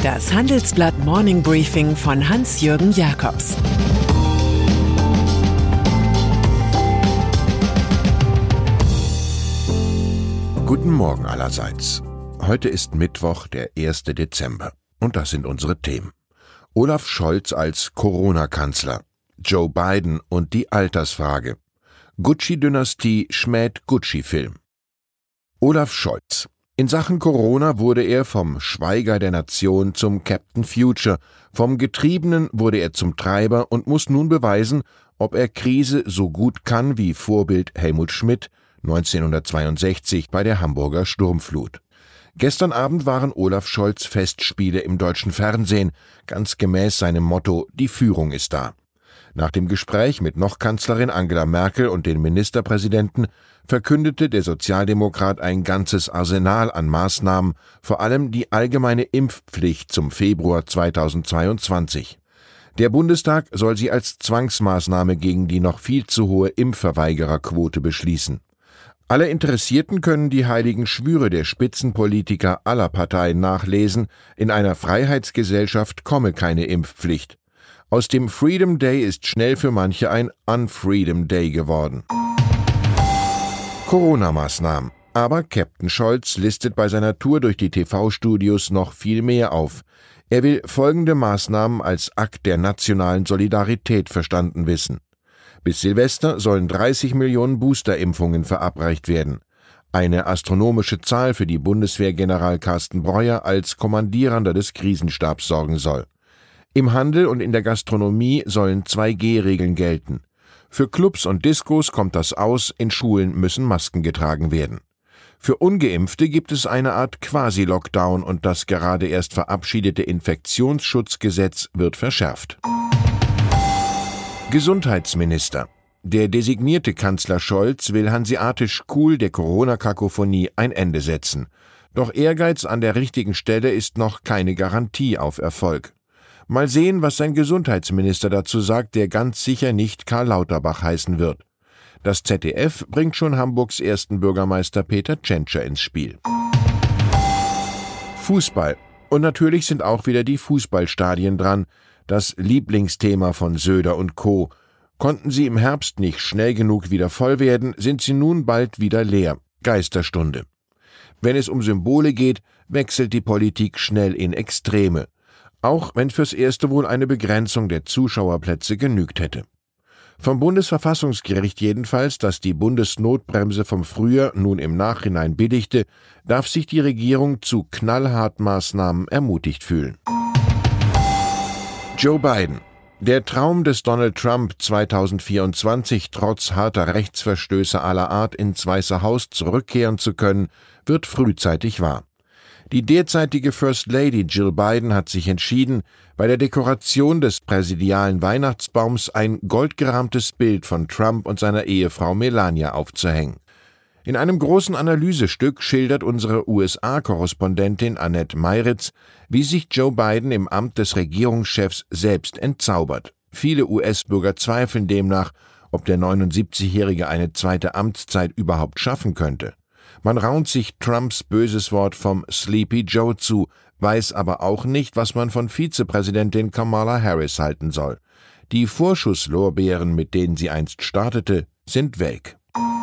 Das Handelsblatt Morning Briefing von Hans-Jürgen Jakobs. Guten Morgen allerseits. Heute ist Mittwoch, der 1. Dezember. Und das sind unsere Themen. Olaf Scholz als Corona-Kanzler. Joe Biden und die Altersfrage. Gucci-Dynastie schmäht Gucci-Film. Olaf Scholz. In Sachen Corona wurde er vom Schweiger der Nation zum Captain Future, vom Getriebenen wurde er zum Treiber und muss nun beweisen, ob er Krise so gut kann wie Vorbild Helmut Schmidt 1962 bei der Hamburger Sturmflut. Gestern Abend waren Olaf Scholz Festspiele im deutschen Fernsehen, ganz gemäß seinem Motto »Die Führung ist da«. Nach dem Gespräch mit noch Kanzlerin Angela Merkel und den Ministerpräsidenten verkündete der Sozialdemokrat ein ganzes Arsenal an Maßnahmen, vor allem die allgemeine Impfpflicht zum Februar 2022. Der Bundestag soll sie als Zwangsmaßnahme gegen die noch viel zu hohe Impfverweigererquote beschließen. Alle Interessierten können die heiligen Schwüre der Spitzenpolitiker aller Parteien nachlesen. In einer Freiheitsgesellschaft komme keine Impfpflicht. Aus dem Freedom Day ist schnell für manche ein Unfreedom Day geworden. Corona-Maßnahmen. Aber Captain Scholz listet bei seiner Tour durch die TV-Studios noch viel mehr auf. Er will folgende Maßnahmen als Akt der nationalen Solidarität verstanden wissen. Bis Silvester sollen 30 Millionen Boosterimpfungen verabreicht werden. Eine astronomische Zahl für die Bundeswehrgeneral Carsten Breuer als Kommandierender des Krisenstabs sorgen soll. Im Handel und in der Gastronomie sollen 2G-Regeln gelten. Für Clubs und Diskos kommt das aus, in Schulen müssen Masken getragen werden. Für Ungeimpfte gibt es eine Art Quasi-Lockdown und das gerade erst verabschiedete Infektionsschutzgesetz wird verschärft. Gesundheitsminister. Der designierte Kanzler Scholz will hanseatisch cool der Corona-Kakophonie ein Ende setzen. Doch Ehrgeiz an der richtigen Stelle ist noch keine Garantie auf Erfolg. Mal sehen, was sein Gesundheitsminister dazu sagt, der ganz sicher nicht Karl Lauterbach heißen wird. Das ZDF bringt schon Hamburgs ersten Bürgermeister Peter Tschentscher ins Spiel. Fußball. Und natürlich sind auch wieder die Fußballstadien dran, das Lieblingsthema von Söder und Co. Konnten sie im Herbst nicht schnell genug wieder voll werden, sind sie nun bald wieder leer. Geisterstunde. Wenn es um Symbole geht, wechselt die Politik schnell in Extreme. Auch wenn fürs Erste wohl eine Begrenzung der Zuschauerplätze genügt hätte. Vom Bundesverfassungsgericht jedenfalls, das die Bundesnotbremse vom Frühjahr nun im Nachhinein billigte, darf sich die Regierung zu knallharten Maßnahmen ermutigt fühlen. Joe Biden. Der Traum des Donald Trump 2024, trotz harter Rechtsverstöße aller Art ins Weiße Haus zurückkehren zu können, wird frühzeitig wahr. Die derzeitige First Lady Jill Biden hat sich entschieden, bei der Dekoration des präsidialen Weihnachtsbaums ein goldgerahmtes Bild von Trump und seiner Ehefrau Melania aufzuhängen. In einem großen Analysestück schildert unsere USA-Korrespondentin Annette Meiritz, wie sich Joe Biden im Amt des Regierungschefs selbst entzaubert. Viele US-Bürger zweifeln demnach, ob der 79-Jährige eine zweite Amtszeit überhaupt schaffen könnte. Man raunt sich Trumps böses Wort vom Sleepy Joe zu, weiß aber auch nicht, was man von Vizepräsidentin Kamala Harris halten soll. Die Vorschusslorbeeren, mit denen sie einst startete, sind welk.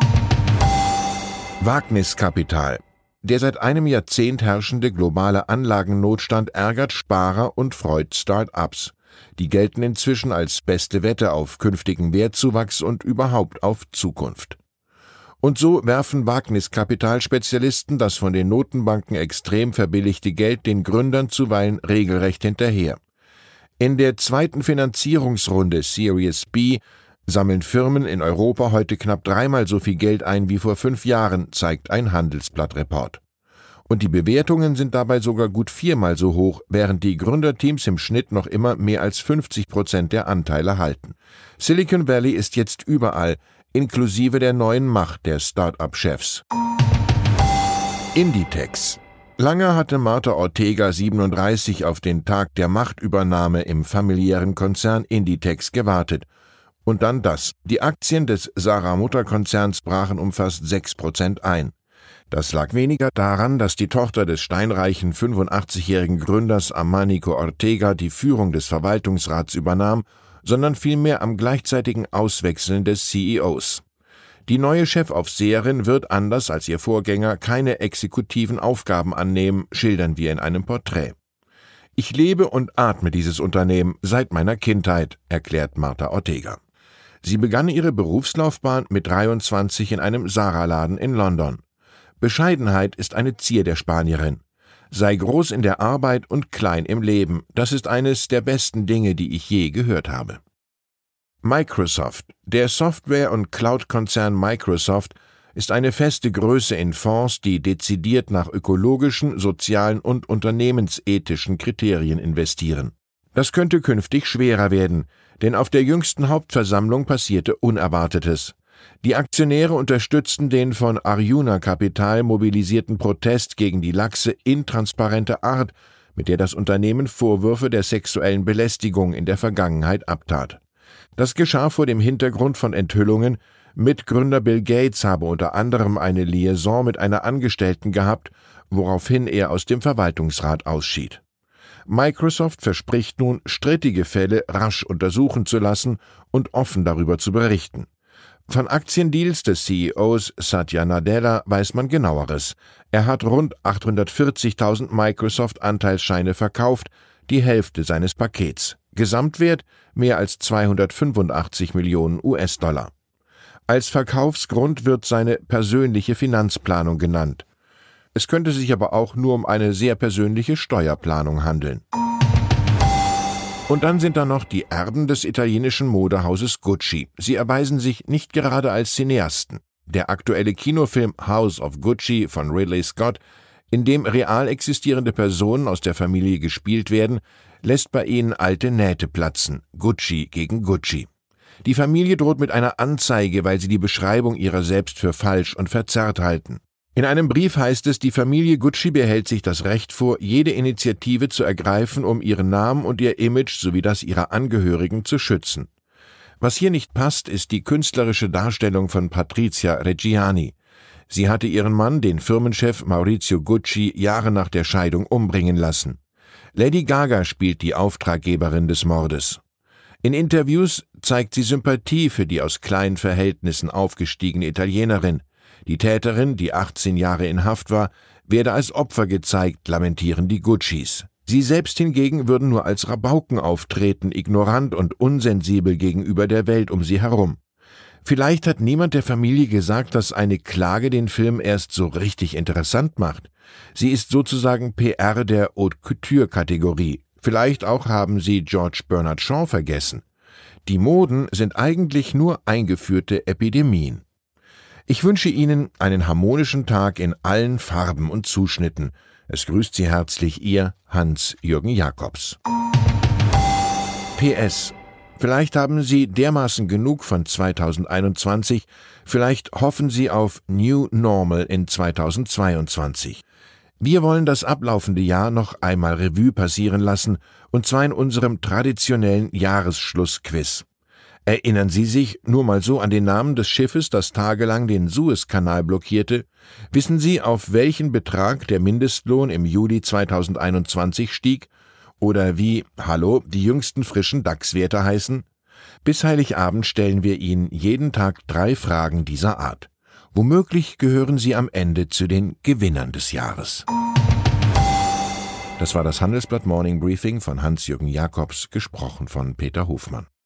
Wagniskapital. Der seit einem Jahrzehnt herrschende globale Anlagennotstand ärgert Sparer und freut Start-ups. Die gelten inzwischen als beste Wette auf künftigen Wertzuwachs und überhaupt auf Zukunft. Und so werfen Wagniskapitalspezialisten das von den Notenbanken extrem verbilligte Geld den Gründern zuweilen regelrecht hinterher. In der zweiten Finanzierungsrunde Series B sammeln Firmen in Europa heute knapp 3-mal so viel Geld ein wie vor 5 Jahren, zeigt ein Handelsblatt-Report. Und die Bewertungen sind dabei sogar gut 4-mal so hoch, während die Gründerteams im Schnitt noch immer mehr als 50% der Anteile halten. Silicon Valley ist jetzt überall, inklusive der neuen Macht der Start-up-Chefs. Inditex. Lange hatte Marta Ortega 37 auf den Tag der Machtübernahme im familiären Konzern Inditex gewartet. Und dann das. Die Aktien des Sara-Mutter-Konzerns brachen um fast 6% ein. Das lag weniger daran, dass die Tochter des steinreichen 85-jährigen Gründers Amánico Ortega die Führung des Verwaltungsrats übernahm, sondern vielmehr am gleichzeitigen Auswechseln des CEOs. Die neue Chefaufseherin wird anders als ihr Vorgänger keine exekutiven Aufgaben annehmen, schildern wir in einem Porträt. »Ich lebe und atme dieses Unternehmen seit meiner Kindheit«, erklärt Marta Ortega. Sie begann ihre Berufslaufbahn mit 23 in einem Zara-Laden in London. Bescheidenheit ist eine Zier der Spanierin. Sei groß in der Arbeit und klein im Leben, das ist eines der besten Dinge, die ich je gehört habe. Microsoft. Der Software- und Cloud-Konzern Microsoft ist eine feste Größe in Fonds, die dezidiert nach ökologischen, sozialen und unternehmensethischen Kriterien investieren. Das könnte künftig schwerer werden, denn auf der jüngsten Hauptversammlung passierte Unerwartetes. Die Aktionäre unterstützten den von Arjuna Capital mobilisierten Protest gegen die laxe, intransparente Art, mit der das Unternehmen Vorwürfe der sexuellen Belästigung in der Vergangenheit abtat. Das geschah vor dem Hintergrund von Enthüllungen, Mitgründer Bill Gates habe unter anderem eine Liaison mit einer Angestellten gehabt, woraufhin er aus dem Verwaltungsrat ausschied. Microsoft verspricht nun, strittige Fälle rasch untersuchen zu lassen und offen darüber zu berichten. Von Aktiendeals des CEOs Satya Nadella weiß man Genaueres. Er hat rund 840.000 Microsoft-Anteilsscheine verkauft, die Hälfte seines Pakets. Gesamtwert mehr als 285 Millionen US-Dollar. Als Verkaufsgrund wird seine persönliche Finanzplanung genannt. Es könnte sich aber auch nur um eine sehr persönliche Steuerplanung handeln. Und dann sind da noch die Erben des italienischen Modehauses Gucci. Sie erweisen sich nicht gerade als Cineasten. Der aktuelle Kinofilm House of Gucci von Ridley Scott, in dem real existierende Personen aus der Familie gespielt werden, lässt bei ihnen alte Nähte platzen. Gucci gegen Gucci. Die Familie droht mit einer Anzeige, weil sie die Beschreibung ihrer selbst für falsch und verzerrt halten. In einem Brief heißt es, die Familie Gucci behält sich das Recht vor, jede Initiative zu ergreifen, um ihren Namen und ihr Image sowie das ihrer Angehörigen zu schützen. Was hier nicht passt, ist die künstlerische Darstellung von Patrizia Reggiani. Sie hatte ihren Mann, den Firmenchef Maurizio Gucci, Jahre nach der Scheidung umbringen lassen. Lady Gaga spielt die Auftraggeberin des Mordes. In Interviews zeigt sie Sympathie für die aus kleinen Verhältnissen aufgestiegene Italienerin. Die Täterin, die 18 Jahre in Haft war, werde als Opfer gezeigt, lamentieren die Guccis. Sie selbst hingegen würden nur als Rabauken auftreten, ignorant und unsensibel gegenüber der Welt um sie herum. Vielleicht hat niemand der Familie gesagt, dass eine Klage den Film erst so richtig interessant macht. Sie ist sozusagen PR der Haute Couture-Kategorie. Vielleicht auch haben sie George Bernard Shaw vergessen. Die Moden sind eigentlich nur eingeführte Epidemien. Ich wünsche Ihnen einen harmonischen Tag in allen Farben und Zuschnitten. Es grüßt Sie herzlich Ihr Hans-Jürgen Jakobs. PS. Vielleicht haben Sie dermaßen genug von 2021, vielleicht hoffen Sie auf New Normal in 2022. Wir wollen das ablaufende Jahr noch einmal Revue passieren lassen, und zwar in unserem traditionellen Jahresschlussquiz. Erinnern Sie sich nur mal so an den Namen des Schiffes, das tagelang den Suezkanal blockierte? Wissen Sie, auf welchen Betrag der Mindestlohn im Juli 2021 stieg? Oder wie, die jüngsten frischen DAX-Werte heißen? Bis Heiligabend stellen wir Ihnen jeden Tag 3 Fragen dieser Art. Womöglich gehören Sie am Ende zu den Gewinnern des Jahres. Das war das Handelsblatt Morning Briefing von Hans-Jürgen Jakobs, gesprochen von Peter Hofmann.